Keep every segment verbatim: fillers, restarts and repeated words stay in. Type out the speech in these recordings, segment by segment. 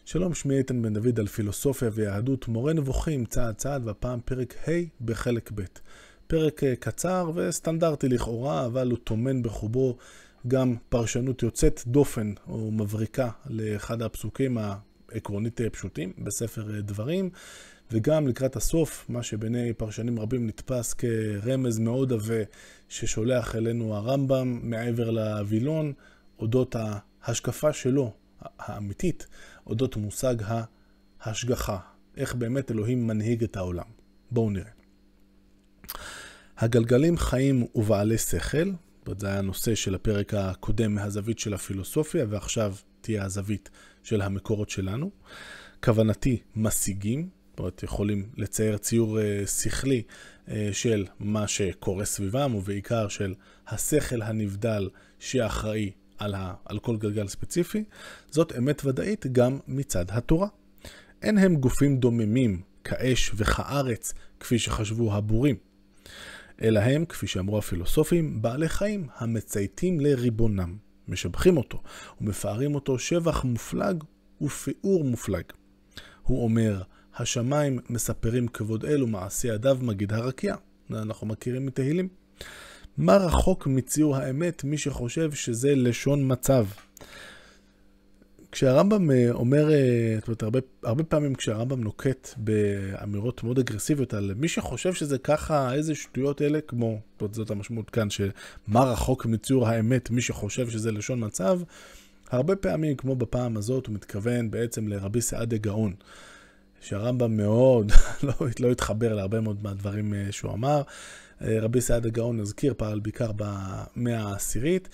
שלום, שמי איתן בן דוד על פילוסופיה ויהדות, מורה נבוכים צעד צעד, והפעם פרק ה' בחלק ב'. פרק קצר וסטנדרטי לכאורה, אבל הוא טומן בחובו גם פרשנות יוצאת דופן או מבריקה לאחד הפסוקים העקרונית פשוטים בספר דברים, וגם לקראת הסוף, מה שבעיני פרשנים רבים נתפס כרמז מאוד עבה ששולח אלינו הרמב"ם מעבר לווילון, אודות ההשקפה שלו האמיתית, אודות מושג ההשגחה, איך באמת אלוהים מנהיג את העולם. בואו נראה. הגלגלים חיים ובעלי שכל, זה היה הנושא של הפרק הקודם מהזווית של הפילוסופיה, ועכשיו תהיה הזווית של המקורות שלנו. כוונתי משיגים, זאת אומרת, יכולים לצייר ציור שכלי של מה שקורה סביבם, ובעיקר של השכל הנבדל שאחראי על, ה, על כל גלגל ספציפי. זאת אמת ודאית גם מצד התורה. אין הם גופים דוממים כאש וכארץ כפי שחשבו הבורים, אלא הם, כפי שאמרו הפילוסופים, בעלי חיים המצייתים לריבונם, משבחים אותו ומפארים אותו שבח מופלג ופיאור מופלג. הוא אומר, השמיים מספרים כבוד אל ומעשי ידיו מגיד הרקיע. אנחנו מכירים מתהילים. מה רחוק מציור האמת מי שחושב שזה לשון מצב? כשהרמב"ם אומר, זאת אומרת, הרבה, הרבה פעמים כשהרמב"ם נוקט באמירות מאוד אגרסיביות על מי שחושב שזה ככה, איזה שטויות אלה, כמו, זאת המשמעות כאן, שמה רחוק מציור האמת מי שחושב שזה לשון מצב, הרבה פעמים, כמו בפעם הזאת, הוא מתכוון בעצם לרבי סעדיה גאון, שהרמב"ם מאוד לא, לא התחבר להרבה מאוד מהדברים שהוא אמר. רבי סעדיה גאון נזכיר פעל בעיקר במאה העשירית,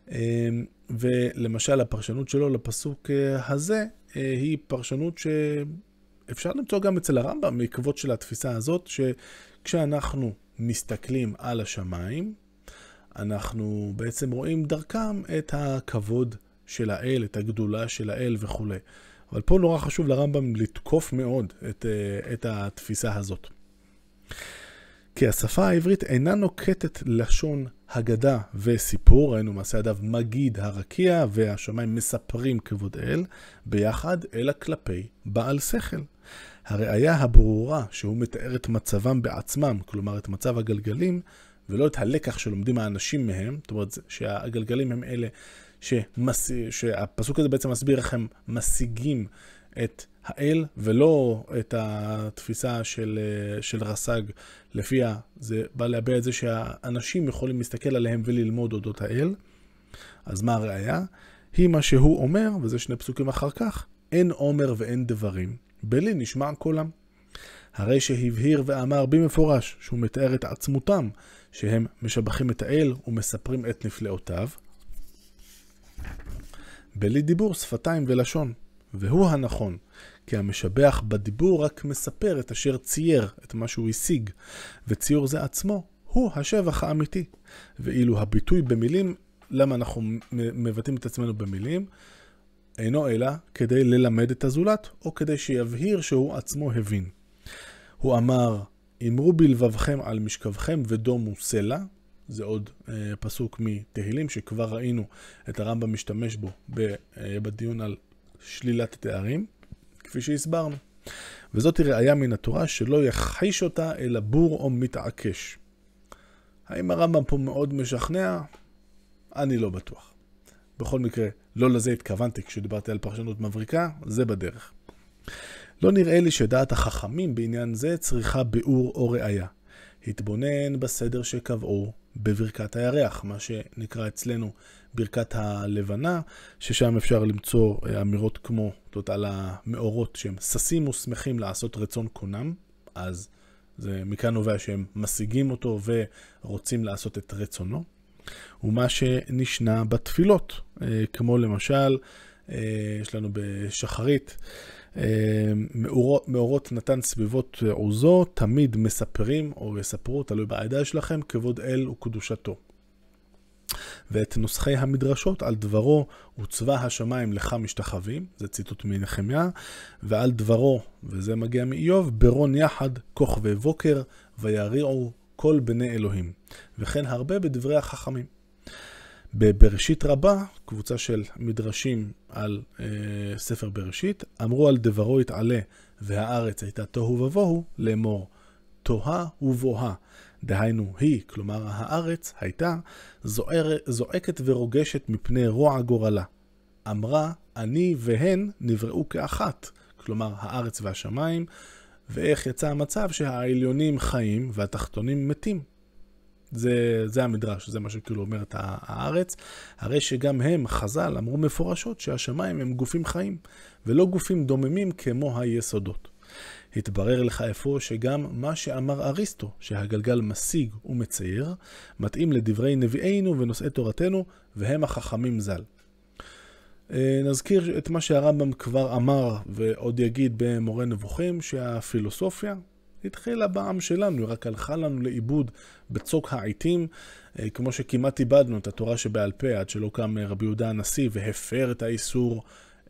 ולמשל הפרשנות שלו לפסוק הזה היא פרשנות שאפשר למצוא גם אצל הרמב"ם מעקבות של התפיסה הזאת, שכשאנחנו מסתכלים על השמיים, אנחנו בעצם רואים דרכם את הכבוד של האל, את הגדולה של האל וכו'. אבל פה נורא חשוב לרמב"ם לתקוף מאוד את, את התפיסה הזאת. כי השפה העברית אינה נוקטת לשון הגדה וסיפור, ראינו מעשה ידיו מגיד הרקיע והשמיים מספרים כבוד אל, ביחד אלא כלפי בעל שכל. הראיה הברורה שהוא מתאר את מצבם בעצמם, כלומר את מצב הגלגלים, ולא את הלקח שלומדים האנשים מהם, זאת אומרת שהגלגלים הם אלה שמס... שהפסוק הזה בעצם מסביר איך הם משיגים את האל, ולא את התפיסה של, של רס"ג, לפיה זה בא להביע את זה שהאנשים יכולים להסתכל עליהם וללמוד אודות האל. אז מה הראיה? היא מה שהוא אומר, וזה שני פסוקים אחר כך, אין אומר ואין דברים, בלי נשמע קולם. הרי שהבהיר ואמר במפורש שהוא מתאר את עצמותם, שהם משבחים את האל ומספרים את נפלאותיו, בלי דיבור שפתיים ולשון. והוא הנכון, כי המשבח בדיבור רק מספר את אשר צייר, את מה שהוא השיג, וציור זה עצמו הוא השבח האמיתי. ואילו הביטוי במילים, למה אנחנו מבטאים את עצמנו במילים, אינו אלא כדי ללמד את הזולת, או כדי שיבהיר שהוא עצמו הבין. הוא אמר, אמרו בלבבכם על משכבכם ודומו סלע, זה עוד אה, פסוק מתהילים שכבר ראינו את הרמב"ם משתמש בו בדיון על שלילת תארים, כפי שהסברנו. וזאת היא ראיה מן התורה שלא יחיש אותה אלא בור או מתעקש. האם הרמב"ם פה מאוד משכנע? אני לא בטוח. בכל מקרה, לא לזה התכוונתי כשדיברתי על פרשנות מבריקה, זה בדרך. לא נראה לי שדעת החכמים בעניין זה צריכה ביאור או ראיה. התבונן בסדר שקבעו בברכת הירח, מה שנקרא אצלנו ברכת הלבנה, ששם אפשר למצוא אמירות כמו זאת, על המאורות שהם ססים ושמחים לעשות רצון קונם, אז זה מכאן נובע שהם משיגים אותו ורוצים לעשות את רצונו. ומה שנשנה בתפילות, כמו למשל, יש לנו בשחרית, מאורות, מאורות נתן סביבות עוזו, תמיד מספרים או יספרו, תלוי בעדה שלכם, כבוד אל וקדושתו. ואת נוסחי המדרשות על דברו וצבא השמיים לך משתחווים, זה ציטוט מנחמיה, ועל דברו, וזה מגיע מאיוב, ברון יחד כוכבי בוקר ויריעו כל בני אלוהים, וכן הרבה בדברי החכמים. בבראשית רבה, קבוצה של מדרשים על אה, ספר בראשית, אמרו על דברו יתעלה והארץ הייתה תוהו ובוהו, לאמור תוהה ובוהה. דהיינו היא, כלומר הארץ, הייתה זוער, זועקת ורוגשת מפני רוע גורלה. אמרה, אני והן נבראו כאחת, כלומר הארץ והשמיים, ואיך יצא המצב שהעליונים חיים והתחתונים מתים. זה, זה המדרש, זה מה שכאילו אומרת הארץ. הרי שגם הם, חז"ל, אמרו מפורשות שהשמיים הם גופים חיים, ולא גופים דוממים כמו היסודות. התברר לך איפה שגם מה שאמר אריסטו, שהגלגל משיג ומצייר, מתאים לדברי נביאינו ונושאי תורתנו, והם החכמים ז"ל. נזכיר את מה שהרמב"ם כבר אמר ועוד יגיד במורה נבוכים, שהפילוסופיה התחילה בעם שלנו, רק הלכה לנו לאיבוד בצוק העיתים, כמו שכמעט איבדנו את התורה שבעל פה, עד שלא קם רבי יהודה הנשיא והפר את האיסור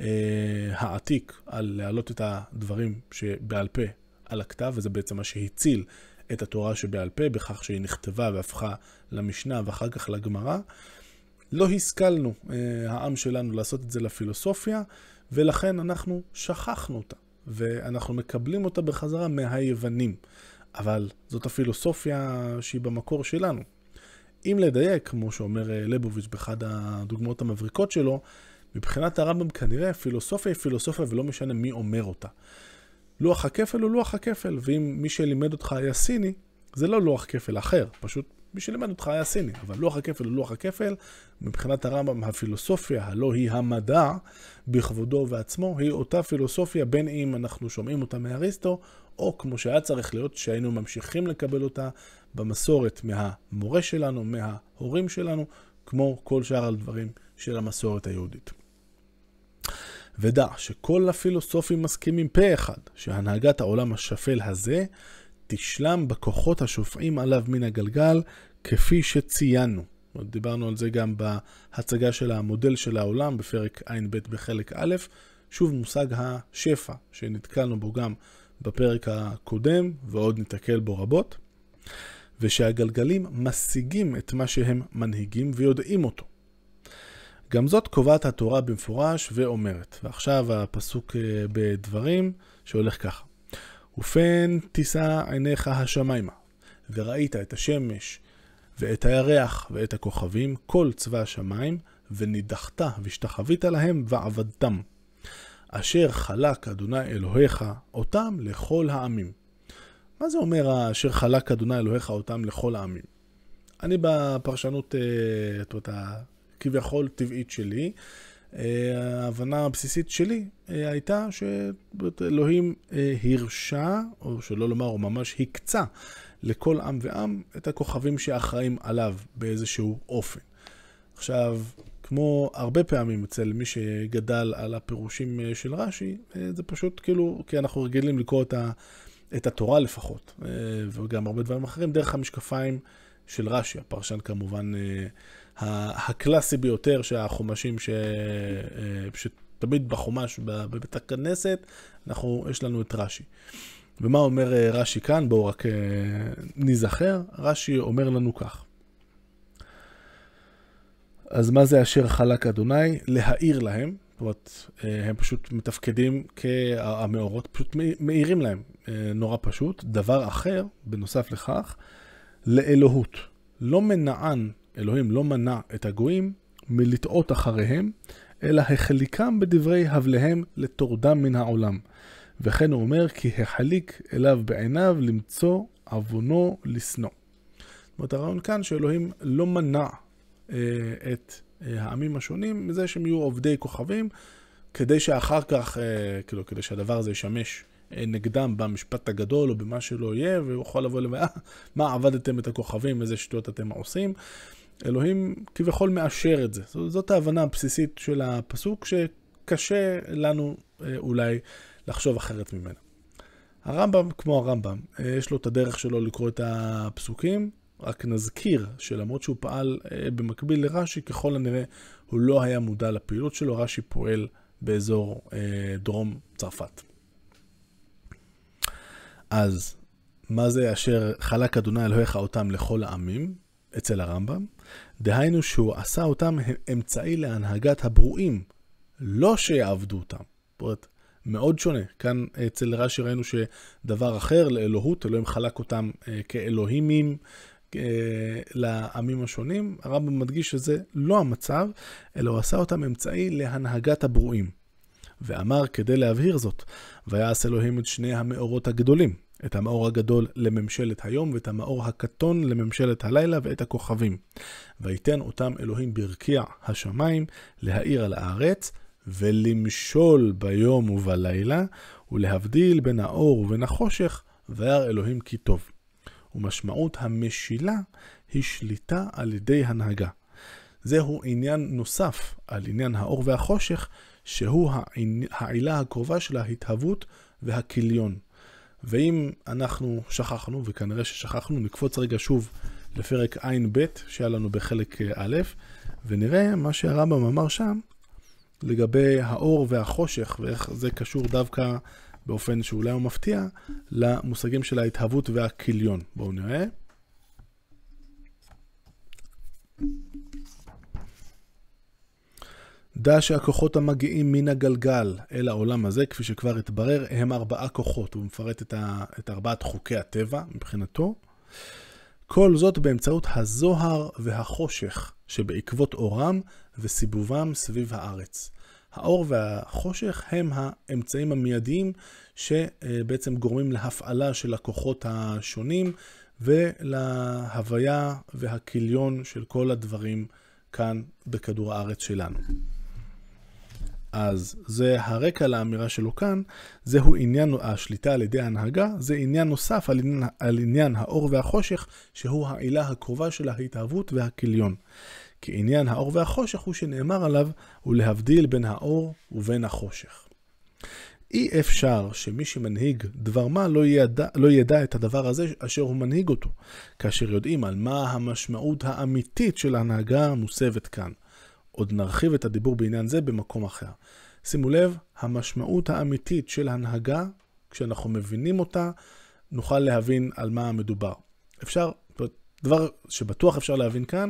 העתיק על להעלות את הדברים שבעל פה על הכתב, וזה בעצם מה שהציל את התורה שבעל פה, בכך שהיא נכתבה והפכה למשנה ואחר כך לגמרא. לא השכלנו, העם שלנו, לעשות את זה לפילוסופיה, ולכן אנחנו שכחנו אותה, ואנחנו מקבלים אותה בחזרה מהיוונים. אבל זאת הפילוסופיה שהיא במקור שלנו. אם לדייק, כמו שאומר ליבוביץ' באחד הדוגמאות המבריקות שלו, מבחינת הרמב"ם כנראה פילוסופיה היא פילוסופיה ולא משנה מי אומר אותה. לוח הכפל הוא לוח הכפל, ואם מי שלימד אותך היה סיני, זה לא לוח כפל אחר, פשוט מי שלימד אותך היה סיני, אבל לוח הכפל הוא לוח הכפל. מבחינת הרמב"ם הפילוסופיה, הלא היא המדע בכבודו ועצמו, היא אותה פילוסופיה, בין אם אנחנו שומעים אותה מאריסטו, או כמו שהיה צריך להיות שהיינו ממשיכים לקבל אותה במסורת מהמורה שלנו, מההורים שלנו, כמו כל שאר הדברים של המסורת היהודית. ודע שכל הפילוסופים מסכימים פה אחד שהנהגת העולם השפל הזה תשלם בכוחות השופעים עליו מן הגלגל כפי שציינו. דיברנו על זה גם בהצגה של המודל של העולם בפרק עין ב' בחלק א', שוב מושג השפע שנתקלנו בו גם בפרק הקודם ועוד נתקל בו רבות, ושהגלגלים משיגים את מה שהם מנהיגים ויודעים אותו. גם זאת קובעת התורה במפורש ואומרת, ועכשיו הפסוק בדברים שהולך ככה. ופן תישא עיניך השמיימה, וראית את השמש ואת הירח ואת הכוכבים, כל צבא השמיים, ונידחת והשתחווית להם ועבדתם. אשר חלק אדוני אלוהיך אותם לכל העמים. מה זה אומר אשר חלק אדוני אלוהיך אותם לכל העמים? אני בפרשנות, את אותה כביכול טבעית שלי, ההבנה הבסיסית שלי הייתה שאלוהים הרשה, או שלא לומר, או ממש הקצה לכל עם ועם את הכוכבים שאחראים עליו באיזשהו אופן. עכשיו, כמו הרבה פעמים אצל מי שגדל על הפירושים של רש"י, זה פשוט כאילו, כי אנחנו רגילים לקרוא את, ה, את התורה לפחות, וגם הרבה דברים אחרים, דרך המשקפיים של רש"י, הפרשן כמובן הקלאסי ביותר, שהחומשים ש... שתמיד בחומש בבית הכנסת, אנחנו, יש לנו את רש"י. ומה אומר רש"י כאן? בואו רק נזכר. רש"י אומר לנו כך. אז מה זה אשר חלק אדוני? להאיר להם. זאת אומרת, הם פשוט מתפקדים כהמאורות, פשוט מאירים להם. נורא פשוט. דבר אחר, בנוסף לכך, לאלוהות. לא מנען, אלוהים לא מנע את הגויים מלטעות אחריהם, אלא החליקם בדברי הבליהם לתורדם מן העולם. וכן הוא אומר, כי החליק אליו בעיניו למצוא עוונו לשנוא. זאת אומרת, הרעיון כאן שאלוהים לא מנע אה, את אה, העמים השונים מזה שהם יהיו עובדי כוכבים, כדי שאחר כך, אה, כאילו, כדי שהדבר הזה ישמש אה, נגדם במשפט הגדול או במה שלא יהיה, והוא יכול לבוא למה, מה עבדתם את הכוכבים, איזה שטויות אתם עושים. אלוהים כביכול מאשר את זה. זאת, זאת ההבנה הבסיסית של הפסוק, שקשה לנו אה, אולי לחשוב אחרת ממנה. הרמב"ם, כמו הרמב"ם, יש לו את הדרך שלו לקרוא את הפסוקים, רק נזכיר שלמרות שהוא פעל במקביל לרש"י, ככל הנראה הוא לא היה מודע לפעילות שלו. רש"י פועל באזור דרום צרפת. אז מה זה אשר חלק אדוני אלוהיך אותם לכל העמים? אצל הרמב"ם, דהיינו שהוא עשה אותם אמצעי להנהגת הברואים, לא שיעבדו אותם. זאת מאוד שונה. כאן אצל רש"י ראינו שדבר אחר, לאלוהות, אלוהים חלק אותם כאלוהימים, לעמים השונים. הרמב"ם מדגיש שזה לא המצב, אלא הוא עשה אותם אמצעי להנהגת הברואים. ואמר כדי להבהיר זאת, ויעש אלוהים את שני המאורות הגדולים, את המאור הגדול לממשלת היום, ואת המאור הקטון לממשלת הלילה, ואת הכוכבים. ויתן אותם אלוהים ברקיע השמיים, להאיר על הארץ, ולמשול ביום ובלילה, ולהבדיל בין האור ובין החושך, וירא אלוהים כי טוב. ומשמעות המשילה היא שליטה על ידי הנהגה. זהו עניין נוסף על עניין האור והחושך, שהוא העילה הקרובה של ההתהוות והכיליון. ואם אנחנו שכחנו, וכנראה ששכחנו, נקפוץ רגע שוב לפרק עין ב' שהיה לנו בחלק א', ונראה מה שהרמב"ם אמר שם לגבי האור והחושך, ואיך זה קשור דווקא באופן שאולי הוא מפתיע למושגים של ההתהוות והכיליון. בואו נראה. דע שהכוחות המגיעים מן הגלגל אל העולם הזה, כפי שכבר התברר, הם ארבעה כוחות. הוא מפרט את, ה... את ארבעת חוקי הטבע מבחינתו. כל זאת באמצעות הזוהר והחושך שבעקבות אורם וסיבובם סביב הארץ. האור והחושך הם האמצעים המיידיים שבעצם גורמים להפעלה של הכוחות השונים ולהוויה והכיליון של כל הדברים כאן בכדור הארץ שלנו. אז זה הרקע לאמירה שלו כאן, זהו עניין השליטה על ידי ההנהגה, זה עניין נוסף על עניין, על עניין האור והחושך, שהוא העילה הקרובה של ההתהוות והכיליון. כי עניין האור והחושך הוא שנאמר עליו, הוא להבדיל בין האור ובין החושך. אי אפשר שמי שמנהיג דבר מה לא ידע, לא ידע את הדבר הזה אשר הוא מנהיג אותו, כאשר יודעים על מה המשמעות האמיתית של ההנהגה המוסבת כאן. עוד נרחיב את הדיבור בעניין זה במקום אחר. שימו לב, המשמעות האמיתית של הנהגה, כשאנחנו מבינים אותה, נוכל להבין על מה מדובר. אפשר, דבר שבטוח אפשר להבין כאן,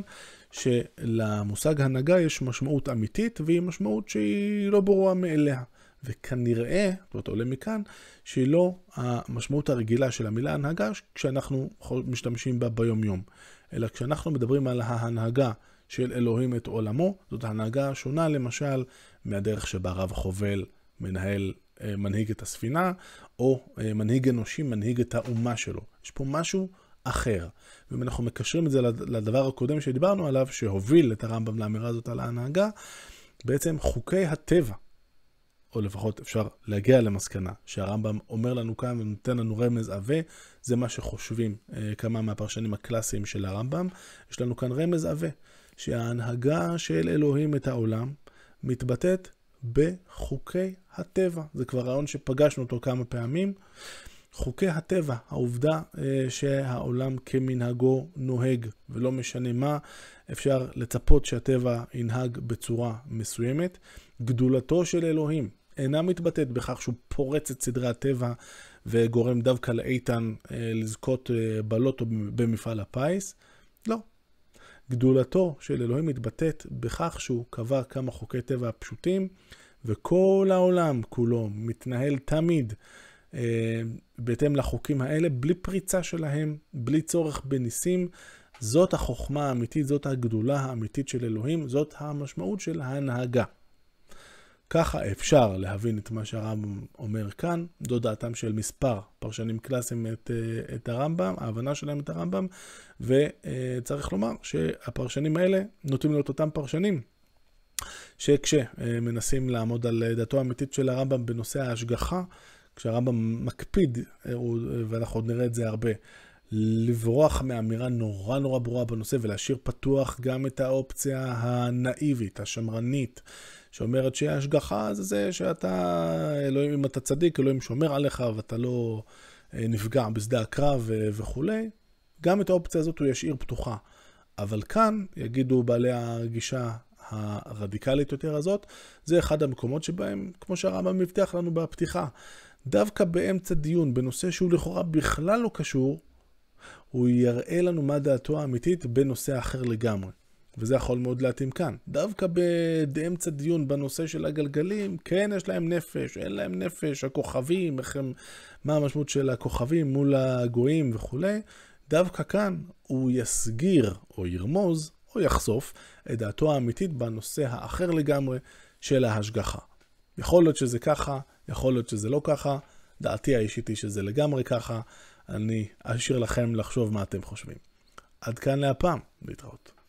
שלמושג הנהגה יש משמעות אמיתית, והיא משמעות שהיא לא ברורה מאליה. וכנראה, זאת עולה מכאן, שהיא לא המשמעות הרגילה של המילה הנהגה, כשאנחנו משתמשים בה ביום יום. אלא כשאנחנו מדברים על ההנהגה של אלוהים את עולמו, זאת הנהגה שונה למשל מהדרך שבה רב חובל מנהל, מנהיג את הספינה, או מנהיג אנושי מנהיג את האומה שלו. יש פה משהו אחר. ואם אנחנו מקשרים את זה לדבר הקודם שדיברנו עליו, שהוביל את הרמב"ם לאמירה הזאת על ההנהגה, בעצם חוקי הטבע, או לפחות אפשר להגיע למסקנה, שהרמב"ם אומר לנו כאן ונותן לנו רמז עבה, זה מה שחושבים כמה מהפרשנים הקלאסיים של הרמב"ם. יש לנו כאן רמז עבה, שההנהגה של אלוהים את העולם מתבטאת בחוקי הטבע. זה כבר רעיון שפגשנו אותו כמה פעמים. חוקי הטבע, העובדה שהעולם כמנהגו נוהג, ולא משנה מה, אפשר לצפות שהטבע ינהג בצורה מסוימת. גדולתו של אלוהים אינה מתבטאת בכך שהוא פורץ את סדרי הטבע וגורם דווקא לאיתן לזכות בלוטו במפעל הפיס. לא. גדולתו של אלוהים מתבטאת בכך שהוא קבע כמה חוקי טבע פשוטים, וכל העולם כולו מתנהל תמיד אה, בהתאם לחוקים האלה, בלי פריצה שלהם, בלי צורך בניסים. זאת החוכמה האמיתית, זאת הגדולה האמיתית של אלוהים, זאת המשמעות של ההנהגה. ככה אפשר להבין את מה שהרמב"ם אומר כאן, זו דעתם של מספר פרשנים קלאסיים את, את הרמב"ם, ההבנה שלהם את הרמב"ם, וצריך לומר שהפרשנים האלה נוטים להיות אותם פרשנים, שכשמנסים לעמוד על דעתו האמיתית של הרמב"ם בנושא ההשגחה, כשהרמב"ם מקפיד, ואנחנו עוד נראה את זה הרבה, לברוח מאמירה נורא נורא ברורה בנושא, ולהשאיר פתוח גם את האופציה הנאיבית, השמרנית, שאומרת שההשגחה זה זה שאתה, אלוהים, אם אתה צדיק, אלוהים שומר עליך ואתה לא נפגע בשדה הקרב וכו'. גם את האופציה הזאת הוא ישאיר פתוחה. אבל כאן, יגידו בעלי הגישה הרדיקלית יותר הזאת, זה אחד המקומות שבהם, כמו שהרמב"ם מבטיח לנו בפתיחה, דווקא באמצע דיון, בנושא שהוא לכאורה בכלל לא קשור, הוא יראה לנו מה דעתו האמיתית בנושא אחר לגמרי. וזה יכול מאוד להתאים כאן. דווקא באמצע דיון בנושא של הגלגלים, כן יש להם נפש, אין להם נפש, הכוכבים, הם, מה המשמעות של הכוכבים מול הגויים וכו'. דווקא כאן הוא יסגיר או ירמוז או יחשוף את דעתו האמיתית בנושא האחר לגמרי של ההשגחה. יכול להיות שזה ככה, יכול להיות שזה לא ככה, דעתי האישית היא שזה לגמרי ככה, אני אשאיר לכם לחשוב מה אתם חושבים. עד כאן להפעם, להתראות.